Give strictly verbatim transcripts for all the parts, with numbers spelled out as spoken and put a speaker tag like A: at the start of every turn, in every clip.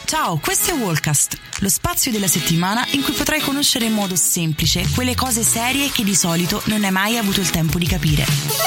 A: Ciao, questo è Wallcast, lo spazio della settimana in cui potrai conoscere in modo semplice quelle cose serie che di solito non hai mai avuto il tempo di capire.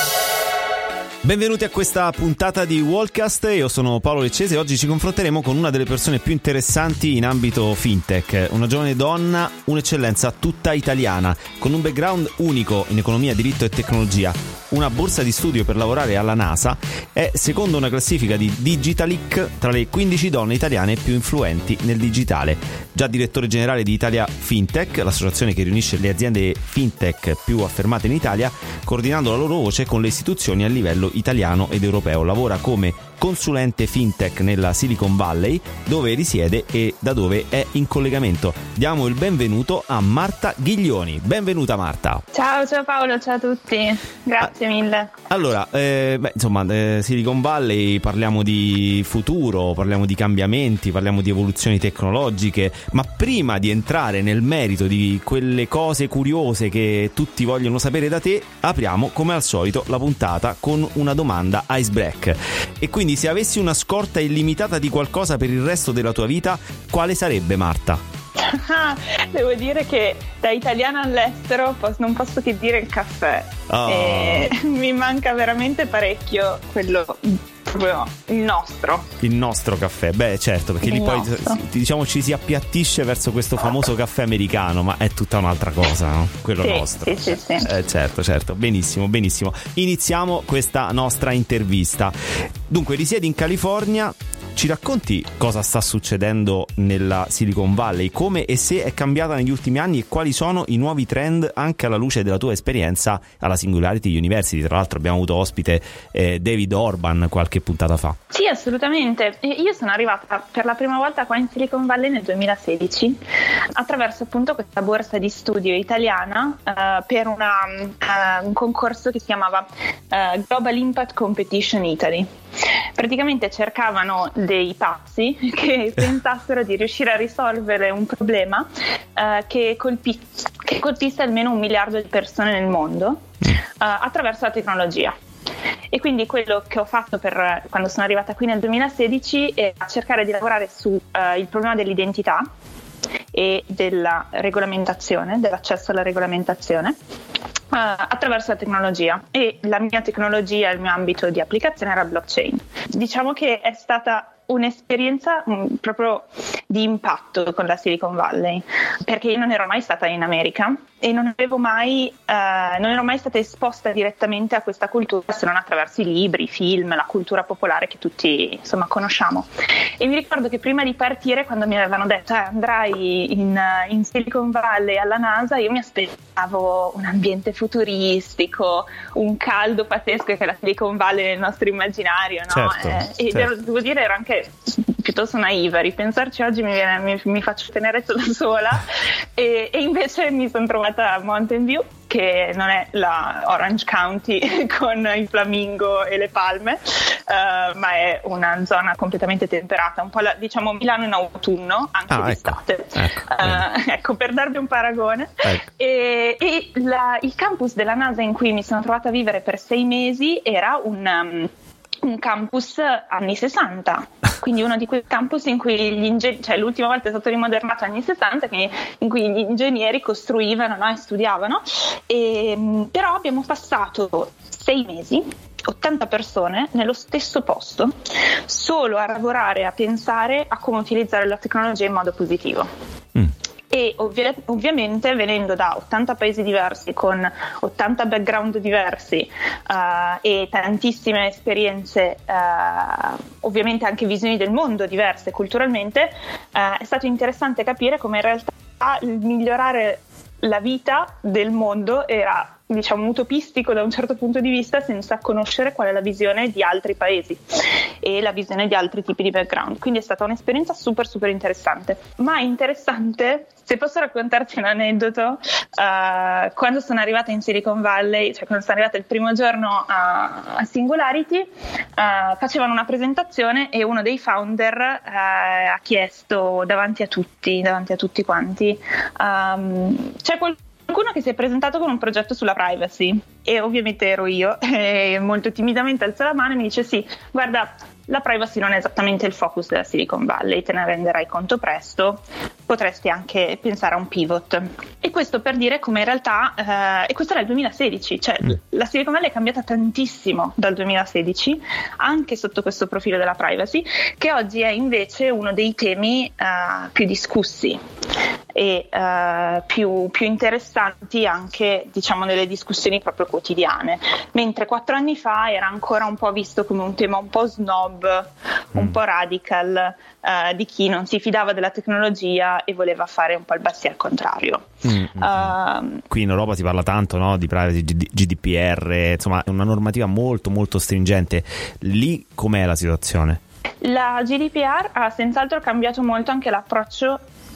B: Benvenuti a questa puntata di Wallcast, io sono Paolo Leccese e oggi ci confronteremo con una delle persone più interessanti in ambito fintech, una giovane donna, un'eccellenza tutta italiana, con un background unico in economia, diritto e tecnologia, una borsa di studio per lavorare alla NASA, è secondo una classifica di Digitalic tra le quindici donne italiane più influenti nel digitale. Già direttore generale di Italia Fintech, l'associazione che riunisce le aziende fintech più affermate in Italia, coordinando la loro voce con le istituzioni a livello italiano ed europeo. Lavora come consulente fintech nella Silicon Valley, dove risiede e da dove è in collegamento. Diamo il benvenuto a Marta Ghiglioni. Benvenuta Marta.
C: Ciao, ciao Paolo, ciao a tutti. Grazie ah, mille.
B: Allora, eh, beh, insomma, eh, Silicon Valley, parliamo di futuro, parliamo di cambiamenti, parliamo di evoluzioni tecnologiche, ma prima di entrare nel merito di quelle cose curiose che tutti vogliono sapere da te, apriamo come al solito la puntata con una domanda icebreak. E quindi se avessi una scorta illimitata di qualcosa per il resto della tua vita, quale sarebbe, Marta?
C: Devo dire che da italiana all'estero non posso che dire il caffè. Oh. E mi manca veramente parecchio quello proprio il nostro
B: il nostro caffè. Beh, certo, perché il lì nostro. Poi diciamo ci si appiattisce verso questo famoso caffè americano, ma è tutta un'altra cosa, no? Quello
C: sì,
B: nostro.
C: Sì, sì, sì.
B: Eh, certo, certo. Benissimo, benissimo. Iniziamo questa nostra intervista. Dunque, risiedi in California. Ci racconti cosa sta succedendo nella Silicon Valley, come e se è cambiata negli ultimi anni e quali sono i nuovi trend anche alla luce della tua esperienza alla Singularity University? Tra l'altro abbiamo avuto ospite eh, David Orban qualche puntata fa.
C: Sì, assolutamente. Io sono arrivata per la prima volta qua in Silicon Valley nel duemilasedici attraverso appunto questa borsa di studio italiana uh, per una, uh, un concorso che si chiamava uh, Global Impact Competition Italy. Praticamente cercavano dei pazzi che pensassero di riuscire a risolvere un problema uh, che, colpi- che colpisse almeno un miliardo di persone nel mondo uh, attraverso la tecnologia. E quindi quello che ho fatto per quando sono arrivata qui nel duemilasedici è cercare di lavorare sul uh, problema dell'identità e della regolamentazione, dell'accesso alla regolamentazione Uh, attraverso la tecnologia, e la mia tecnologia, il mio ambito di applicazione era blockchain. Diciamo che è stata un'esperienza um, proprio di impatto con la Silicon Valley, perché io non ero mai stata in America e non avevo mai uh, non ero mai stata esposta direttamente a questa cultura se non attraverso i libri, i film, la cultura popolare che tutti insomma conosciamo. E mi ricordo che prima di partire, quando mi avevano detto eh, andrai in, in Silicon Valley alla NASA, io mi aspettavo un ambiente futuristico, un caldo pazzesco che è la Silicon Valley nel nostro immaginario, no?
B: Certo,
C: eh, e
B: certo.
C: devo dire ero anche piuttosto naiva, ripensarci oggi mi, viene, mi, mi faccio tenerezza da sola e, e invece mi sono trovata a Mountain View, che non è la Orange County con il flamingo e le palme, uh, ma è una zona completamente temperata, un po' la, diciamo Milano in autunno, anche
B: ah,
C: d'estate.
B: Ecco, ecco,
C: uh, ecco, per darvi un paragone.
B: Ecco.
C: E, e la, il campus della NASA in cui mi sono trovata a vivere per sei mesi era un... Um, un campus anni sessanta, quindi uno di quei campus in cui gli ingegneri, cioè l'ultima volta è stato rimodernato anni sessanta, quindi in cui gli ingegneri costruivano, no, e studiavano, e, però abbiamo passato sei mesi, ottanta persone nello stesso posto, solo a lavorare, a pensare a come utilizzare la tecnologia in modo positivo. Mm. E ovvi- ovviamente venendo da ottanta paesi diversi, con ottanta background diversi uh, e tantissime esperienze, uh, ovviamente anche visioni del mondo diverse culturalmente, uh, è stato interessante capire come in realtà il migliorare la vita del mondo era, diciamo, utopistico da un certo punto di vista, senza conoscere qual è la visione di altri paesi e la visione di altri tipi di background. Quindi è stata un'esperienza super super interessante. Ma interessante, se posso raccontarti un aneddoto, uh, quando sono arrivata in Silicon Valley, cioè quando sono arrivata il primo giorno a, a Singularity, uh, facevano una presentazione e uno dei founder uh, ha chiesto davanti a tutti, davanti a tutti quanti, um, c'è qualcuno qualcuno che si è presentato con un progetto sulla privacy, e ovviamente ero io, e molto timidamente alzo la mano e mi dice: sì, guarda, la privacy non è esattamente il focus della Silicon Valley, te ne renderai conto presto, potresti anche pensare a un pivot. E questo per dire come in realtà, eh, e questo era il duemilasedici, cioè mm. la Silicon Valley è cambiata tantissimo dal duemilasedici, anche sotto questo profilo della privacy, che oggi è invece uno dei temi eh, più discussi e uh, più, più interessanti anche, diciamo, nelle discussioni proprio quotidiane, mentre quattro anni fa era ancora un po' visto come un tema un po' snob, un mm. po' radical, uh, di chi non si fidava della tecnologia e voleva fare un po' il bastian contrario.
B: Mm. Uh, Qui in Europa si parla tanto, no, di privacy, G D P R, insomma è una normativa molto molto stringente. Lì com'è la situazione? La
C: G D P R ha senz'altro cambiato molto anche l'approccio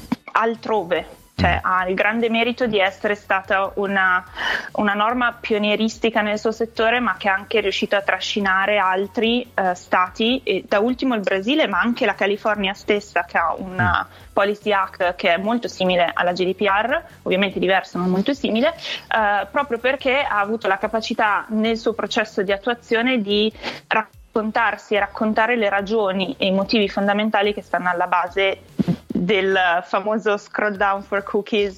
C: altrove, cioè ha il grande merito di essere stata una, una norma pionieristica nel suo settore, ma che ha anche riuscito a trascinare altri uh, stati, e da ultimo il Brasile, ma anche la California stessa, che ha una Policy Act che è molto simile alla G D P R, ovviamente diverso ma molto simile, uh, proprio perché ha avuto la capacità nel suo processo di attuazione di raccontarsi e raccontare le ragioni e i motivi fondamentali che stanno alla base del famoso scroll down for cookies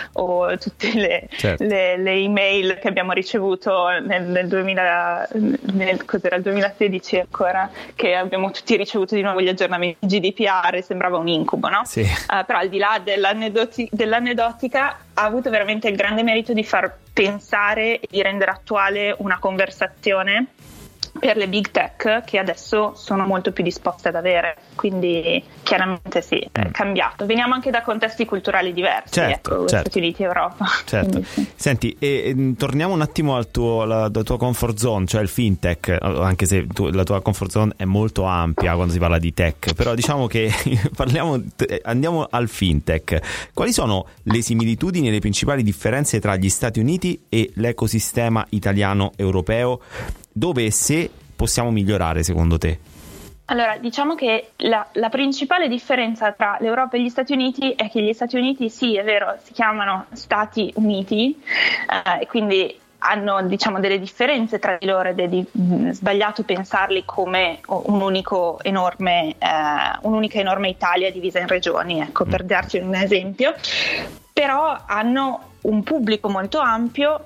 C: o tutte le, certo. le, le email che abbiamo ricevuto nel, nel duemila, nel, cos'era, il duemilasedici ancora, che abbiamo tutti ricevuto di nuovo gli aggiornamenti G D P R, sembrava un incubo, no?
B: Sì.
C: Uh, però al di là dell'anedoti- dell'aneddotica ha avuto veramente il grande merito di far pensare e di rendere attuale una conversazione per le big tech che adesso sono molto più disposte ad avere, quindi chiaramente sì, è cambiato. Veniamo anche da contesti culturali diversi,
B: certo,
C: ecco,
B: certo.
C: Stati Uniti e Europa.
B: Certo.
C: Quindi, sì.
B: Senti, e, e, torniamo un attimo al tuo, alla, alla tua comfort zone, cioè il fintech, anche se tu, la tua comfort zone è molto ampia quando si parla di tech, però diciamo che parliamo, andiamo al fintech. Quali sono le similitudini e le principali differenze tra gli Stati Uniti e l'ecosistema italiano-europeo? Dove e se possiamo migliorare secondo te?
C: Allora, diciamo che la, la principale differenza tra l'Europa e gli Stati Uniti è che gli Stati Uniti, sì, è vero, si chiamano Stati Uniti, eh, e quindi hanno, diciamo, delle differenze tra di loro ed è di, mh, sbagliato pensarli come un unico enorme, eh, un'unica enorme Italia divisa in regioni, ecco, mm. per darci un esempio, però hanno un pubblico molto ampio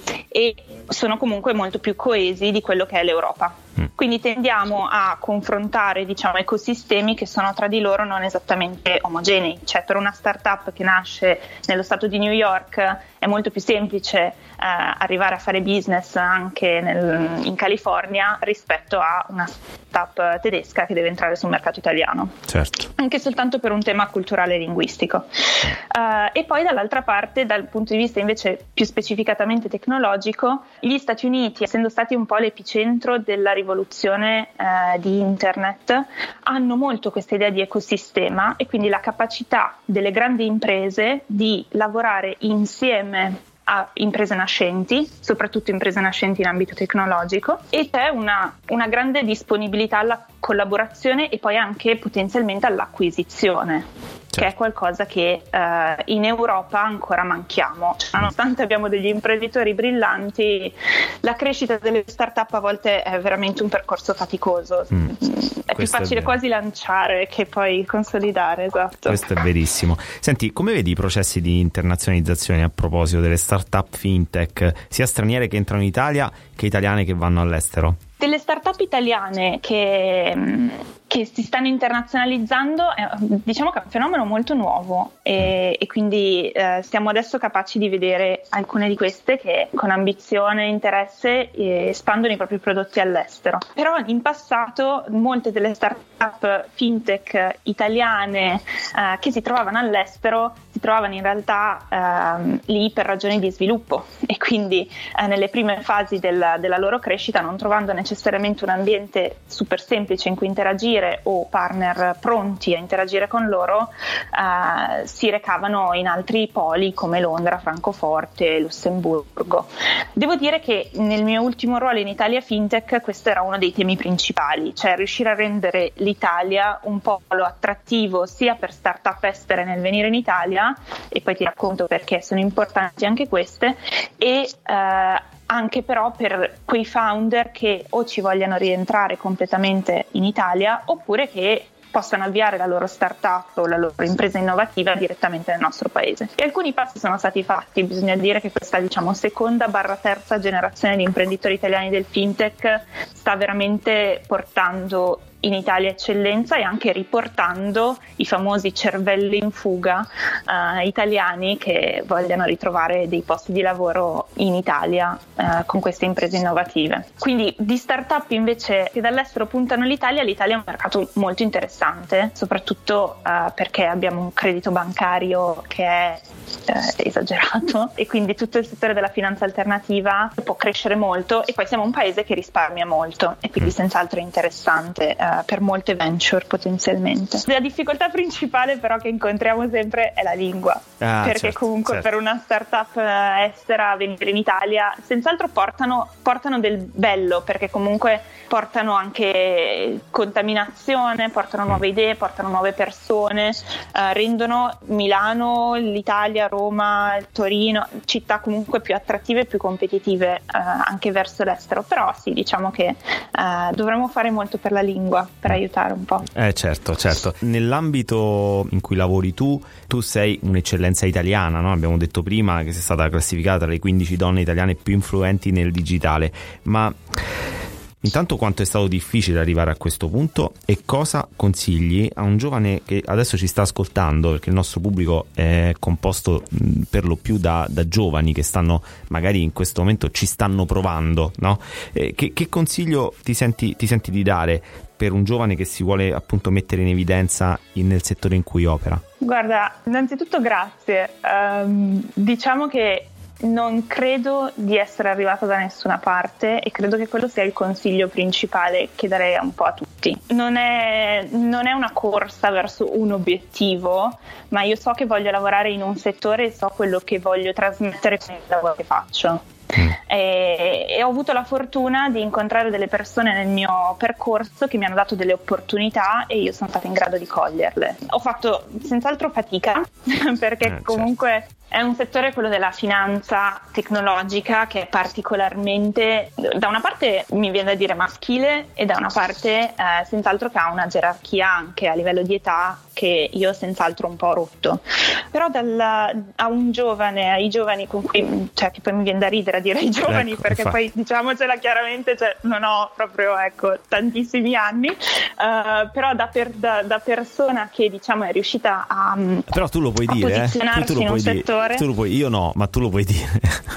C: e sono comunque molto più coesi di quello che è l'Europa. Quindi tendiamo a confrontare, diciamo, ecosistemi che sono tra di loro non esattamente omogenei. Cioè, per una startup che nasce nello stato di New York è molto più semplice eh, arrivare a fare business anche nel, in California rispetto a una startup tedesca che deve entrare sul mercato italiano.
B: Certo.
C: Anche soltanto per un tema culturale e linguistico. Uh, e poi dall'altra parte, dal punto di vista invece più specificatamente tecnologico, gli Stati Uniti, essendo stati un po' l'epicentro della rivoluzione eh, di internet, hanno molto questa idea di ecosistema e quindi la capacità delle grandi imprese di lavorare insieme a imprese nascenti, soprattutto imprese nascenti in ambito tecnologico, e c'è una, una grande disponibilità alla collaborazione e poi anche potenzialmente all'acquisizione, certo. che è qualcosa che eh, in Europa ancora manchiamo. Cioè, nonostante abbiamo degli imprenditori brillanti, la crescita delle start-up a volte è veramente un percorso faticoso. Mm. È più
B: Questo
C: facile
B: è
C: quasi lanciare che poi consolidare, esatto.
B: Questo è verissimo. Senti, come vedi i processi di internazionalizzazione a proposito delle start-up fintech, sia straniere che entrano in Italia che italiane che vanno all'estero?
C: Delle start-up italiane che, che si stanno internazionalizzando, eh, diciamo che è un fenomeno molto nuovo e, e quindi eh, siamo adesso capaci di vedere alcune di queste che con ambizione e interesse eh, espandono i propri prodotti all'estero. Però in passato molte delle start-up fintech italiane eh, che si trovavano all'estero si trovavano in realtà eh, lì per ragioni di sviluppo e quindi eh, nelle prime fasi del, della loro crescita, non trovando necessariamente un ambiente super semplice in cui interagire o partner pronti a interagire con loro, eh, si recavano in altri poli come Londra, Francoforte, Lussemburgo. Devo dire che nel mio ultimo ruolo in Italia Fintech questo era uno dei temi principali, cioè riuscire a rendere l'Italia un polo attrattivo sia per start-up estere nel venire in Italia, e poi ti racconto perché sono importanti anche queste, e eh, anche però per quei founder che o ci vogliano rientrare completamente in Italia oppure che possano avviare la loro startup o la loro impresa innovativa direttamente nel nostro paese. E alcuni passi sono stati fatti. Bisogna dire che questa, diciamo, seconda barra terza generazione di imprenditori italiani del fintech sta veramente portando in Italia eccellenza e anche riportando i famosi cervelli in fuga uh, italiani che vogliono ritrovare dei posti di lavoro in Italia uh, con queste imprese innovative. Quindi di startup invece che dall'estero puntano l'Italia, l'Italia è un mercato molto interessante, soprattutto uh, perché abbiamo un credito bancario che è uh, esagerato e quindi tutto il settore della finanza alternativa può crescere molto, e poi siamo un paese che risparmia molto e quindi senz'altro è interessante uh, per molte venture potenzialmente. La difficoltà principale però che incontriamo sempre è la lingua, ah, perché certo, comunque certo. per una startup estera venire in Italia senz'altro portano, portano del bello, perché comunque portano anche contaminazione, portano nuove idee, portano nuove persone, eh, rendono Milano, l'Italia, Roma, Torino città comunque più attrattive e più competitive eh, anche verso l'estero. Però sì, diciamo che eh, dovremmo fare molto per la lingua, per aiutare un po'.
B: Eh certo, certo. Nell'ambito in cui lavori tu, tu sei un'eccellenza italiana, no? Abbiamo detto prima che sei stata classificata tra le quindici donne italiane più influenti nel digitale, ma intanto quanto è stato difficile arrivare a questo punto e cosa consigli a un giovane che adesso ci sta ascoltando, perché il nostro pubblico è composto per lo più da, da giovani che stanno magari in questo momento ci stanno provando, no? Eh, che, che consiglio ti senti, ti senti di dare per un giovane che si vuole appunto mettere in evidenza in, nel settore in cui opera?
C: Guarda, innanzitutto grazie. Um, diciamo che non credo di essere arrivata da nessuna parte e credo che quello sia il consiglio principale che darei un po' a tutti. Non è, non è una corsa verso un obiettivo, ma io so che voglio lavorare in un settore e so quello che voglio trasmettere con il lavoro che faccio. E, e ho avuto la fortuna di incontrare delle persone nel mio percorso che mi hanno dato delle opportunità e io sono stata in grado di coglierle. Ho fatto senz'altro fatica perché eh, comunque certo. È un settore, quello della finanza tecnologica, che è particolarmente, da una parte mi viene da dire maschile e da una parte eh, senz'altro che ha una gerarchia anche a livello di età che io senz'altro un po' ho rotto. Però dal, a un giovane, ai giovani con cui, cioè che poi mi viene da ridere a dire ai giovani, ecco, perché infatti. Poi diciamocela chiaramente, cioè, non ho proprio ecco tantissimi anni, uh, però da, per, da, da persona che diciamo è riuscita a,
B: però tu lo puoi a dire,
C: posizionarsi
B: eh? tu, tu lo
C: in
B: puoi
C: un
B: dire.
C: settore.
B: Tu lo puoi, io no, ma tu lo puoi dire.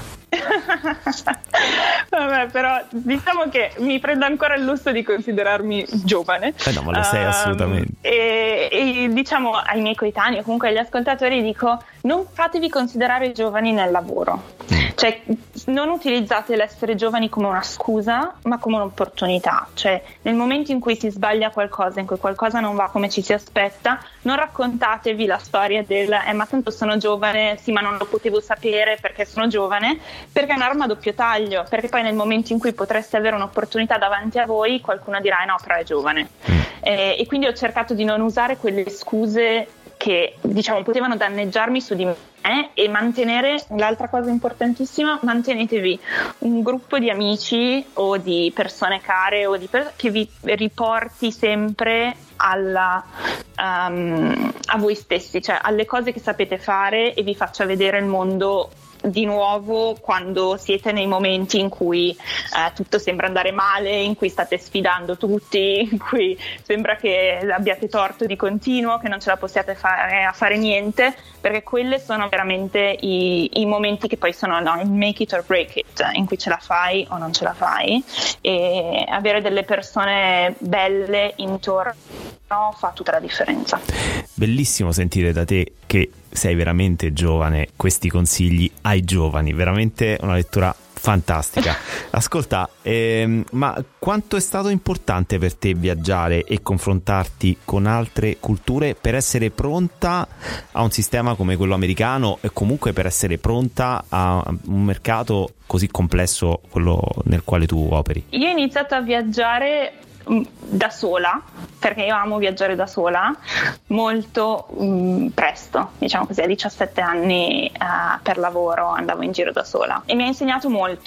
C: Vabbè, però diciamo che mi prendo ancora il lusso di considerarmi giovane.
B: Eh no, ma lo sei um, assolutamente.
C: E, e diciamo ai miei coetanei o comunque agli ascoltatori dico: non fatevi considerare giovani nel lavoro. Cioè, non utilizzate l'essere giovani come una scusa, ma come un'opportunità. Cioè, nel momento in cui si sbaglia qualcosa, in cui qualcosa non va come ci si aspetta, non raccontatevi la storia del eh, ma tanto sono giovane, sì, ma non lo potevo sapere perché sono giovane, perché è un'arma a doppio taglio, perché poi nel momento in cui potreste avere un'opportunità davanti a voi, qualcuno dirà eh no, però è giovane. Mm. Eh, e quindi ho cercato di non usare quelle scuse che diciamo potevano danneggiarmi su di me e mantenere, l'altra cosa importantissima, mantenetevi un gruppo di amici o di persone care o di per- che vi riporti sempre alla, um, a voi stessi, cioè alle cose che sapete fare e vi faccia vedere il mondo di nuovo quando siete nei momenti in cui eh, tutto sembra andare male, in cui state sfidando tutti, in cui sembra che abbiate torto di continuo, che non ce la possiate fare a fare niente, perché quelle sono veramente i, i momenti che poi sono no, il make it or break it, in cui ce la fai o non ce la fai, e avere delle persone belle intorno fa tutta la differenza.
B: Bellissimo sentire da te che sei veramente giovane questi consigli ai giovani, veramente una lettura fantastica. Ascolta, ehm, ma quanto è stato importante per te viaggiare e confrontarti con altre culture per essere pronta a un sistema come quello americano e comunque per essere pronta a un mercato così complesso, quello nel quale tu operi?
C: Io ho iniziato a viaggiare da sola, perché io amo viaggiare da sola, molto mh, presto, diciamo così, a diciassette anni uh, per lavoro andavo in giro da sola e mi ha insegnato molto.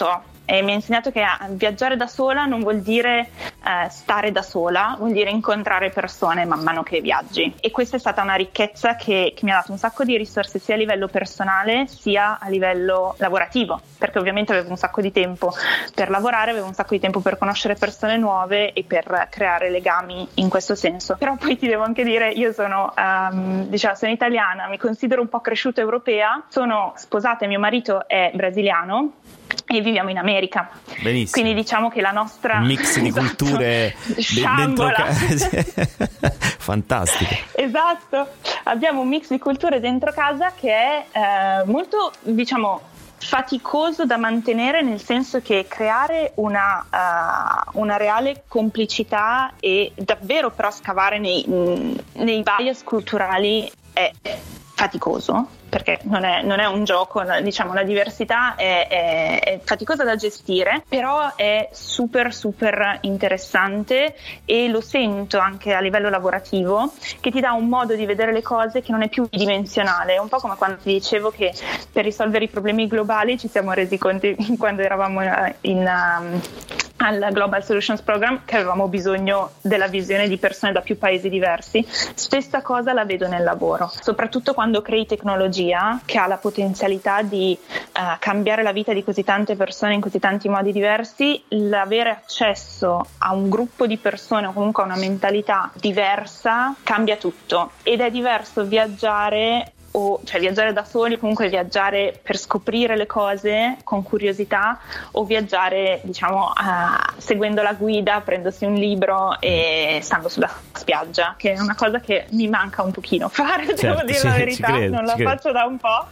C: e mi ha insegnato che viaggiare da sola non vuol dire eh, stare da sola, vuol dire incontrare persone man mano che viaggi, e questa è stata una ricchezza che, che mi ha dato un sacco di risorse sia a livello personale sia a livello lavorativo, perché ovviamente avevo un sacco di tempo per lavorare, avevo un sacco di tempo per conoscere persone nuove e per creare legami in questo senso. Però poi ti devo anche dire, io sono um, diciamo sono italiana, mi considero un po' cresciuta europea, sono sposata e mio marito è brasiliano e viviamo in America.
B: Benissimo.
C: Quindi diciamo che la nostra
B: un mix di
C: esatto,
B: culture dentro casa. Fantastico.
C: Esatto, abbiamo un mix di culture dentro casa che è eh, molto, diciamo, faticoso da mantenere, nel senso che creare una, uh, una reale complicità e davvero però scavare nei, nei bias culturali è faticoso, perché non è, non è un gioco, diciamo la diversità è, è, è faticosa da gestire, però è super super interessante, e lo sento anche a livello lavorativo che ti dà un modo di vedere le cose che non è più bidimensionale. È un po' come quando ti dicevo che per risolvere i problemi globali ci siamo resi conto quando eravamo in um, al Global Solutions Program che avevamo bisogno della visione di persone da più paesi diversi. Stessa cosa la vedo nel lavoro, soprattutto quando crei tecnologia che ha la potenzialità di uh, cambiare la vita di così tante persone in così tanti modi diversi. L'avere accesso a un gruppo di persone o comunque a una mentalità diversa cambia tutto, ed è diverso viaggiare o cioè viaggiare da soli, comunque viaggiare per scoprire le cose con curiosità, o viaggiare diciamo uh, seguendo la guida, prendersi un libro e stando sulla spiaggia, che è una cosa che mi manca un pochino fare, certo, devo dire sì, la verità, credo, non la credo. faccio da un po',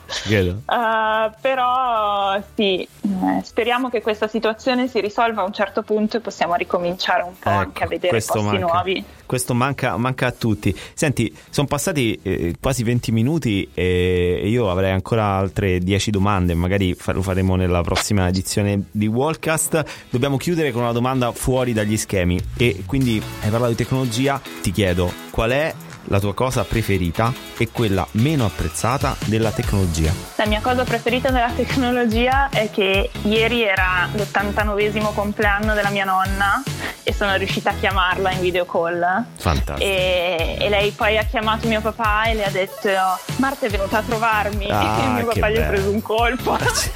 C: uh, però sì, eh, speriamo che questa situazione si risolva a un certo punto e possiamo ricominciare un po' ecco, anche a vedere posti
B: manca.
C: nuovi.
B: Questo manca, manca a tutti. Senti, sono passati eh, quasi venti minuti e io avrei ancora altre dieci domande, magari lo faremo nella prossima edizione di Wallcast. Dobbiamo chiudere con una domanda fuori dagli schemi, e quindi hai parlato di tecnologia, ti chiedo qual è la tua cosa preferita e quella meno apprezzata della tecnologia.
C: La mia cosa preferita della tecnologia è che ieri era l'ottantanovesimo compleanno della mia nonna e sono riuscita a chiamarla in video call.
B: Fantastico.
C: E, e lei poi ha chiamato mio papà e le ha detto: Marta è venuta a trovarmi.
B: Ah,
C: e mio papà
B: bello.
C: gli ha preso un colpo.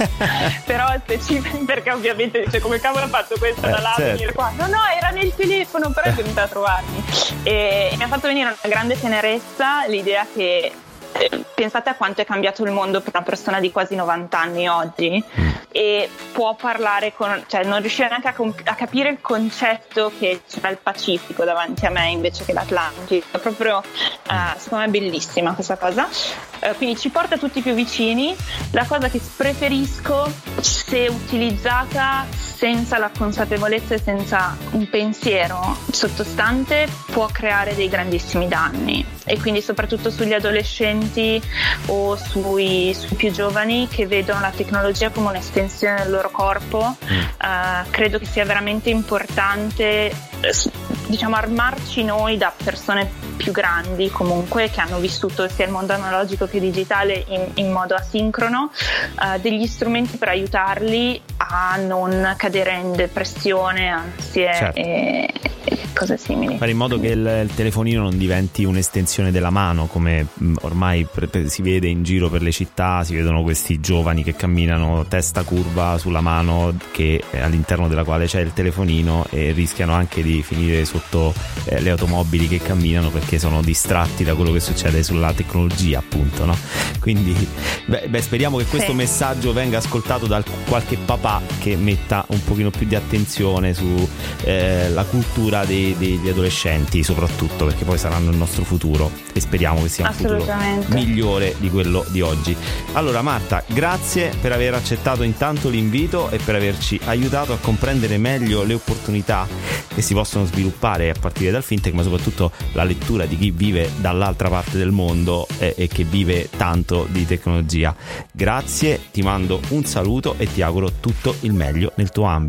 C: Però specifico, perché ovviamente dice: come cavolo ha fatto questo
B: eh,
C: da là
B: certo.
C: venire qua? No no, era nel telefono, però è venuta a trovarmi. E, e mi ha fatto venire una grande tenerezza l'idea che eh, pensate a quanto è cambiato il mondo per una persona di quasi novanta anni oggi, mm. e può parlare con, cioè non riuscire neanche a, comp- a capire il concetto che c'era il Pacifico davanti a me invece che l'Atlantico. È proprio uh, secondo me bellissima questa cosa, uh, quindi ci porta tutti più vicini. La cosa che preferisco, se utilizzata senza la consapevolezza e senza un pensiero sottostante, può creare dei grandissimi danni, e quindi soprattutto sugli adolescenti o sui, sui più giovani che vedono la tecnologia come un'estensione del loro corpo. Uh, credo che sia veramente importante, diciamo, armarci noi da persone più grandi comunque, che hanno vissuto sia il mondo analogico che digitale in, in modo asincrono, uh, degli strumenti per aiutarli a non cadere in depressione, ansie, certo. e, e cose simili.
B: Fare in modo che il, il telefonino non diventi un'estensione della mano, come ormai pre- pre- si vede in giro per le città. Si vedono questi giovani che camminano testa curva sulla mano, che all'interno della quale c'è il telefonino, e rischiano anche di finire sotto eh, le automobili che camminano perché sono distratti da quello che succede sulla tecnologia, appunto, no? Quindi beh, beh, speriamo che questo sì. messaggio venga ascoltato da qualche papà che metta un pochino più di attenzione su eh, la cultura dei, degli adolescenti, soprattutto perché poi saranno il nostro futuro, e speriamo che sia un futuro migliore di quello di oggi. Allora Marta, grazie per aver accettato intanto l'invito e per averci aiutato a comprendere meglio le opportunità che si possono sviluppare a partire dal fintech, ma soprattutto la lettura di chi vive dall'altra parte del mondo e, e che vive tanto di tecnologia. Grazie, ti mando un saluto e ti auguro tutto il meglio nel tuo ambito.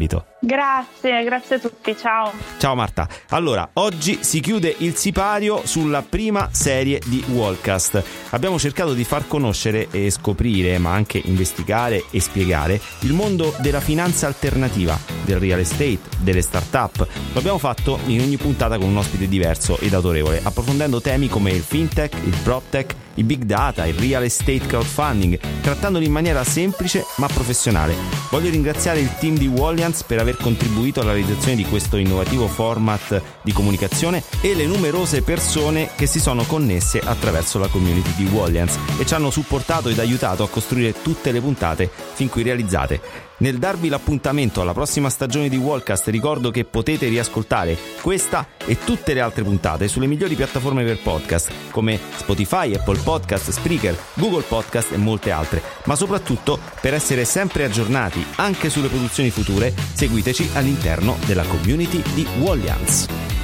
C: Grazie, grazie a tutti, ciao.
B: Ciao Marta. Allora, oggi si chiude il sipario sulla prima serie di Wallcast. Abbiamo cercato di far conoscere e scoprire, ma anche investigare e spiegare il mondo della finanza alternativa, del real estate, delle start-up. Lo abbiamo fatto in ogni puntata con un ospite diverso ed autorevole, approfondendo temi come il fintech, il proptech, i big data, il real estate crowdfunding, trattandoli in maniera semplice ma professionale. Voglio ringraziare il team di Wallianz per aver contribuito alla realizzazione di questo innovativo format di comunicazione e le numerose persone che si sono connesse attraverso la community di Wallianz e ci hanno supportato ed aiutato a costruire tutte le puntate fin qui realizzate. Nel darvi l'appuntamento alla prossima stagione di Wallcast, ricordo che potete riascoltare questa e tutte le altre puntate sulle migliori piattaforme per podcast come Spotify, Apple Podcast, Spreaker, Google Podcast e molte altre. Ma soprattutto, per essere sempre aggiornati anche sulle produzioni future, seguiteci all'interno della community di Wallianz.